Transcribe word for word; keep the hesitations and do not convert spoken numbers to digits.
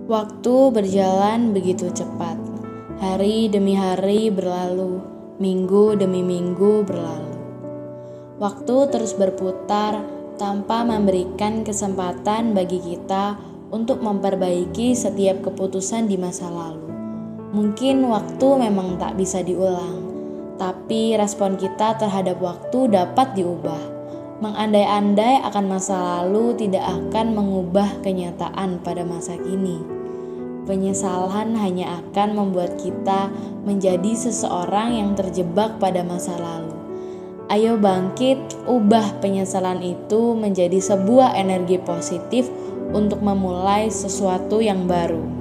Waktu berjalan begitu cepat. Hari demi hari berlalu, minggu demi minggu berlalu. Waktu terus berputar tanpa memberikan kesempatan bagi kita untuk memperbaiki setiap keputusan di masa lalu. Mungkin waktu memang tak bisa diulang, tapi respon kita terhadap waktu dapat diubah. Mengandai-andai akan masa lalu tidak akan mengubah kenyataan pada masa kini. Penyesalan hanya akan membuat kita menjadi seseorang yang terjebak pada masa lalu. Ayo bangkit, ubah penyesalan itu menjadi sebuah energi positif untuk memulai sesuatu yang baru.